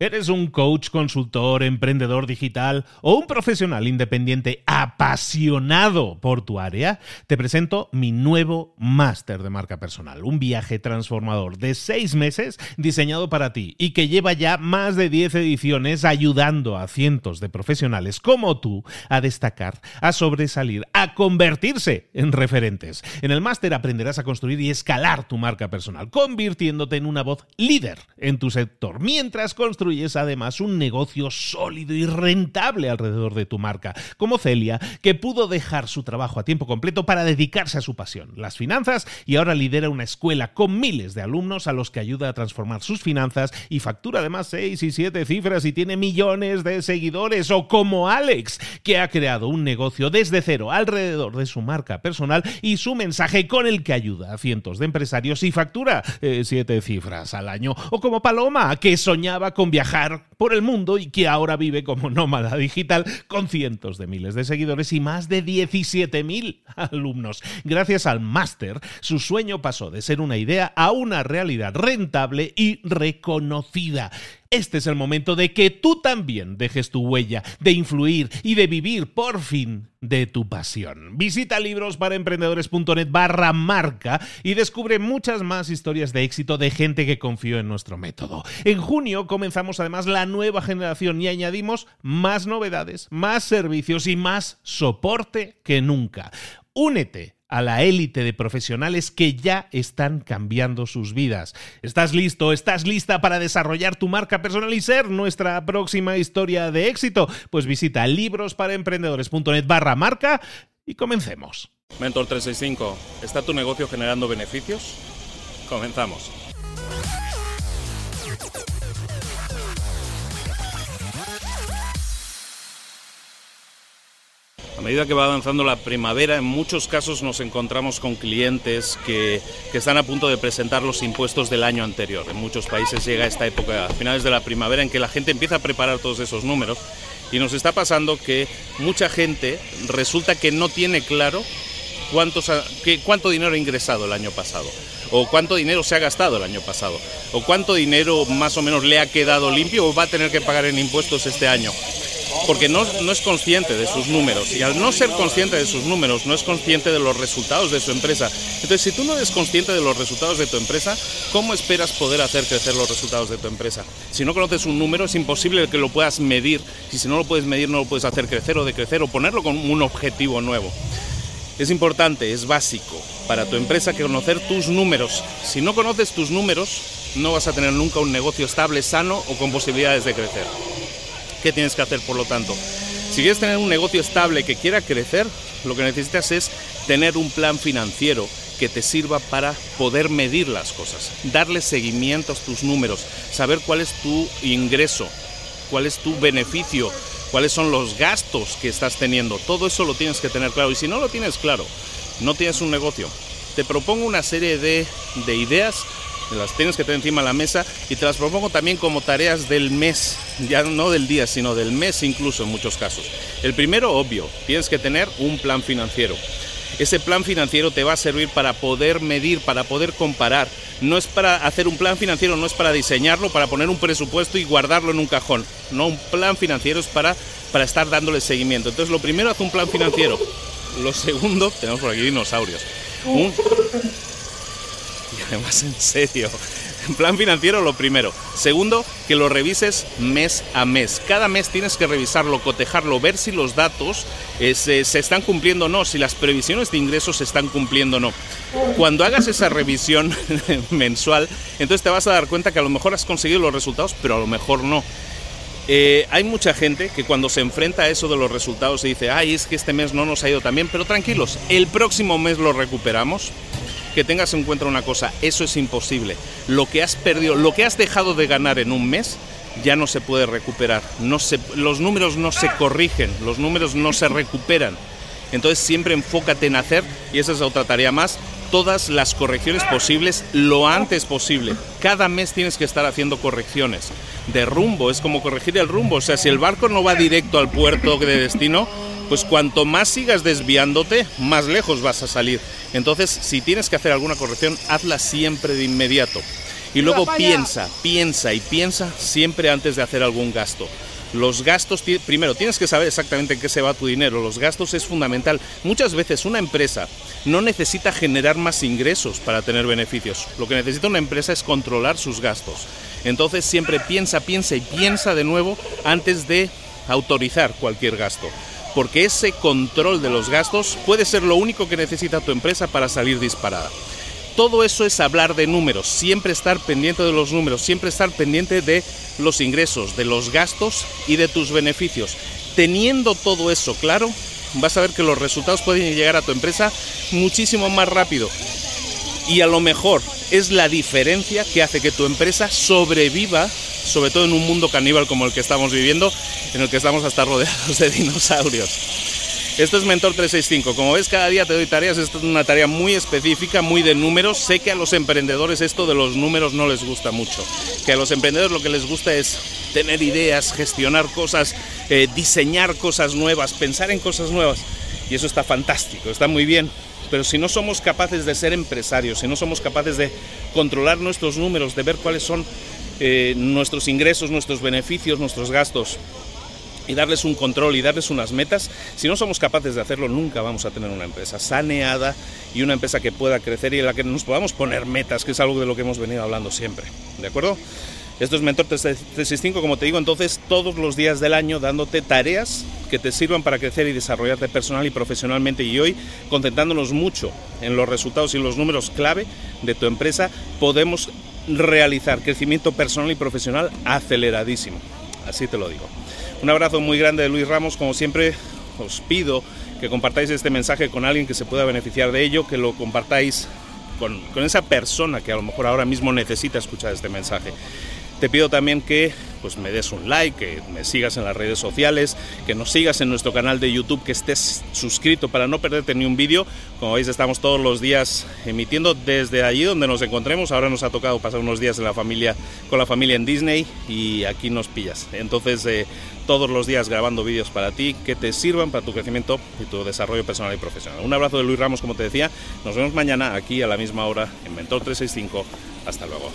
¿Eres un coach, consultor, emprendedor digital o un profesional independiente apasionado por tu área? Te presento mi nuevo máster de marca personal, un viaje transformador de 6 meses diseñado para ti y que lleva ya más de 10 ediciones ayudando a cientos de profesionales como tú a destacar, a sobresalir, a convertirse en referentes. En el máster aprenderás a construir y escalar tu marca personal, convirtiéndote en una voz líder en tu sector, mientras construyes además un negocio sólido y rentable alrededor de tu marca, como Celia, que pudo dejar su trabajo a tiempo completo para dedicarse a su pasión, las finanzas, y ahora lidera una escuela con miles de alumnos a los que ayuda a transformar sus finanzas y factura además 6 y 7 cifras y tiene millones de seguidores. O como Alex, que ha creado un negocio desde cero alrededor de su marca personal y su mensaje, con el que ayuda a cientos de empresarios y factura 7 cifras al año. O como Paloma, que soñaba con viajar por el mundo y que ahora vive como nómada digital con cientos de miles de seguidores y más de 17.000 alumnos. Gracias al máster, su sueño pasó de ser una idea a una realidad rentable y reconocida. Este es el momento de que tú también dejes tu huella, de influir y de vivir por fin de tu pasión. Visita librosparaemprendedores.net/marca y descubre muchas más historias de éxito de gente que confió en nuestro método. En junio comenzamos además la nueva generación y añadimos más novedades, más servicios y más soporte que nunca. Únete a la élite de profesionales que ya están cambiando sus vidas. ¿Estás listo? ¿Estás lista para desarrollar tu marca personal y ser nuestra próxima historia de éxito? Pues visita librosparaemprendedores.net/marca y comencemos. Mentor 365, ¿está tu negocio generando beneficios? Comenzamos. A medida que va avanzando la primavera, en muchos casos nos encontramos con clientes que están a punto de presentar los impuestos del año anterior. En muchos países llega esta época, a finales de la primavera, en que la gente empieza a preparar todos esos números, y nos está pasando que mucha gente resulta que no tiene claro cuánto dinero ha ingresado el año pasado, o cuánto dinero se ha gastado el año pasado, o cuánto dinero más o menos le ha quedado limpio o va a tener que pagar en impuestos este año. Porque no es consciente de sus números, y al no ser consciente de sus números, no es consciente de los resultados de su empresa. Entonces, si tú no eres consciente de los resultados de tu empresa, ¿cómo esperas poder hacer crecer los resultados de tu empresa? Si no conoces un número, es imposible que lo puedas medir, y si no lo puedes medir, no lo puedes hacer crecer o decrecer o ponerlo con un objetivo nuevo. Es importante, es básico para tu empresa conocer tus números. Si no conoces tus números, no vas a tener nunca un negocio estable, sano o con posibilidades de crecer. ¿Qué tienes que hacer, por lo tanto? Si quieres tener un negocio estable que quiera crecer, lo que necesitas es tener un plan financiero que te sirva para poder medir las cosas, darle seguimiento a tus números, saber cuál es tu ingreso, cuál es tu beneficio, cuáles son los gastos que estás teniendo. Todo eso lo tienes que tener claro, y si no lo tienes claro, no tienes un negocio. Te propongo una serie de ideas, las tienes que tener encima de la mesa, y te las propongo también como tareas del mes, ya no del día, sino del mes incluso en muchos casos. El primero, obvio, tienes que tener un plan financiero. Ese plan financiero te va a servir para poder medir, para poder comparar. No es para hacer un plan financiero, no es para diseñarlo, para poner un presupuesto y guardarlo en un cajón. No, un plan financiero es para estar dándole seguimiento. Entonces, lo primero, haz un plan financiero. Lo segundo, tenemos por aquí dinosaurios. Y además, en serio, en plan financiero lo primero. Segundo, que lo revises mes a mes. Cada mes tienes que revisarlo, cotejarlo, ver si los datos se están cumpliendo o no, si las previsiones de ingresos se están cumpliendo o no. Cuando hagas esa revisión mensual, entonces te vas a dar cuenta que a lo mejor has conseguido los resultados, pero a lo mejor no. Hay mucha gente que cuando se enfrenta a eso de los resultados se dice, ay, es que este mes no nos ha ido tan bien, pero tranquilos, el próximo mes lo recuperamos. Que tengas en cuenta una cosa, eso es imposible. Lo que has perdido, lo que has dejado de ganar en un mes, ya no se puede recuperar. Los números no se corrigen, los números no se recuperan. Entonces siempre enfócate en hacer, y esa es otra tarea más, todas las correcciones posibles lo antes posible. Cada mes tienes que estar haciendo correcciones de rumbo, es como corregir el rumbo. O sea, si el barco no va directo al puerto de destino, pues cuanto más sigas desviándote, más lejos vas a salir. Entonces, si tienes que hacer alguna corrección, hazla siempre de inmediato. Y luego piensa siempre antes de hacer algún gasto. Los gastos, primero, tienes que saber exactamente en qué se va tu dinero. Los gastos es fundamental. Muchas veces una empresa no necesita generar más ingresos para tener beneficios. Lo que necesita una empresa es controlar sus gastos. Entonces siempre piensa de nuevo antes de autorizar cualquier gasto. Porque ese control de los gastos puede ser lo único que necesita tu empresa para salir disparada. Todo eso es hablar de números, siempre estar pendiente de los números, siempre estar pendiente de los ingresos, de los gastos y de tus beneficios. Teniendo todo eso claro, vas a ver que los resultados pueden llegar a tu empresa muchísimo más rápido. Y a lo mejor es la diferencia que hace que tu empresa sobreviva, sobre todo en un mundo caníbal como el que estamos viviendo, en el que estamos hasta rodeados de dinosaurios. Esto es Mentor 365. Como ves, cada día te doy tareas. Esta es una tarea muy específica, muy de números. Sé que a los emprendedores esto de los números no les gusta mucho. Que a los emprendedores lo que les gusta es tener ideas, gestionar cosas, diseñar cosas nuevas, pensar en cosas nuevas. Y eso está fantástico, está muy bien. Pero si no somos capaces de ser empresarios, si no somos capaces de controlar nuestros números, de ver cuáles son nuestros ingresos, nuestros beneficios, nuestros gastos, y darles un control y darles unas metas, si no somos capaces de hacerlo, nunca vamos a tener una empresa saneada y una empresa que pueda crecer y en la que nos podamos poner metas, que es algo de lo que hemos venido hablando siempre, ¿de acuerdo? Esto es Mentor 365, como te digo, entonces todos los días del año dándote tareas que te sirvan para crecer y desarrollarte personal y profesionalmente, y hoy, concentrándonos mucho en los resultados y los números clave de tu empresa, podemos realizar crecimiento personal y profesional aceleradísimo, así te lo digo. Un abrazo muy grande de Luis Ramos. Como siempre, os pido que compartáis este mensaje con alguien que se pueda beneficiar de ello, que lo compartáis con esa persona que a lo mejor ahora mismo necesita escuchar este mensaje. Te pido también que pues me des un like, que me sigas en las redes sociales, que nos sigas en nuestro canal de YouTube, que estés suscrito para no perderte ni un vídeo. Como veis, estamos todos los días emitiendo desde allí donde nos encontremos. Ahora nos ha tocado pasar unos días con la familia en Disney y aquí nos pillas. Entonces, todos los días grabando vídeos para ti que te sirvan para tu crecimiento y tu desarrollo personal y profesional. Un abrazo de Luis Ramos, como te decía. Nos vemos mañana aquí a la misma hora en Mentor 365. Hasta luego.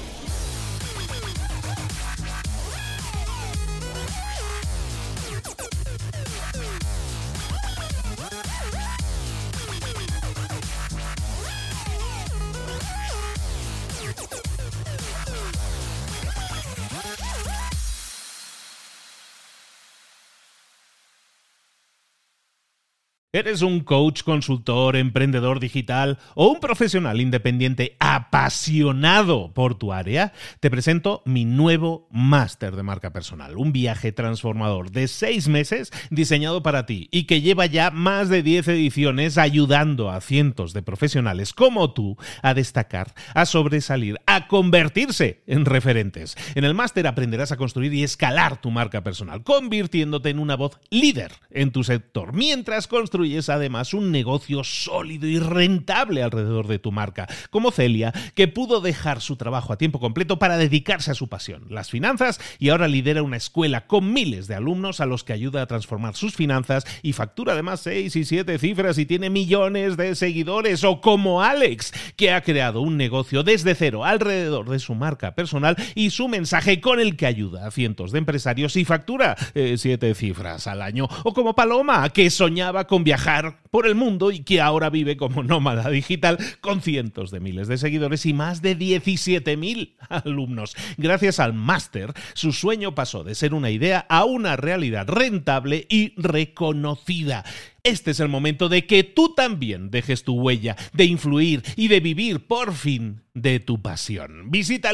¿Eres un coach, consultor, emprendedor digital o un profesional independiente apasionado por tu área? Te presento mi nuevo máster de marca personal, un viaje transformador de 6 meses diseñado para ti y que lleva ya más de 10 ediciones ayudando a cientos de profesionales como tú a destacar, a sobresalir, a convertirse en referentes. En el máster aprenderás a construir y escalar tu marca personal, convirtiéndote en una voz líder en tu sector, mientras construyes además un negocio sólido y rentable alrededor de tu marca, como Celia, que pudo dejar su trabajo a tiempo completo para dedicarse a su pasión, las finanzas, y ahora lidera una escuela con miles de alumnos a los que ayuda a transformar sus finanzas y factura además 6 y 7 cifras y tiene millones de seguidores, o como Alex, que ha creado un negocio desde cero alrededor de su marca personal y su mensaje, con el que ayuda a cientos de empresarios y factura 7 cifras al año, o como Paloma, que soñaba con viajar por el mundo y que ahora vive como nómada digital con cientos de miles de seguidores y más de 17.000 alumnos. Gracias al máster, su sueño pasó de ser una idea a una realidad rentable y reconocida. Este es el momento de que tú también dejes tu huella, de influir y de vivir por fin de tu pasión. Visita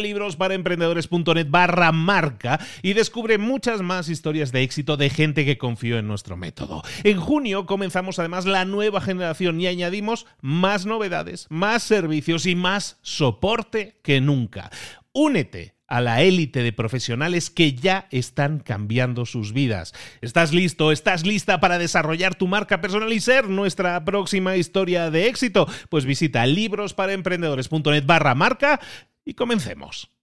librosparaemprendedores.net/marca y descubre muchas más historias de éxito de gente que confió en nuestro método. En junio comenzamos además la nueva generación y añadimos más novedades, más servicios y más soporte que nunca. Únete a la élite de profesionales que ya están cambiando sus vidas. ¿Estás listo? ¿Estás lista para desarrollar tu marca personal y ser nuestra próxima historia de éxito? Pues visita librosparaemprendedores.net/marca y comencemos.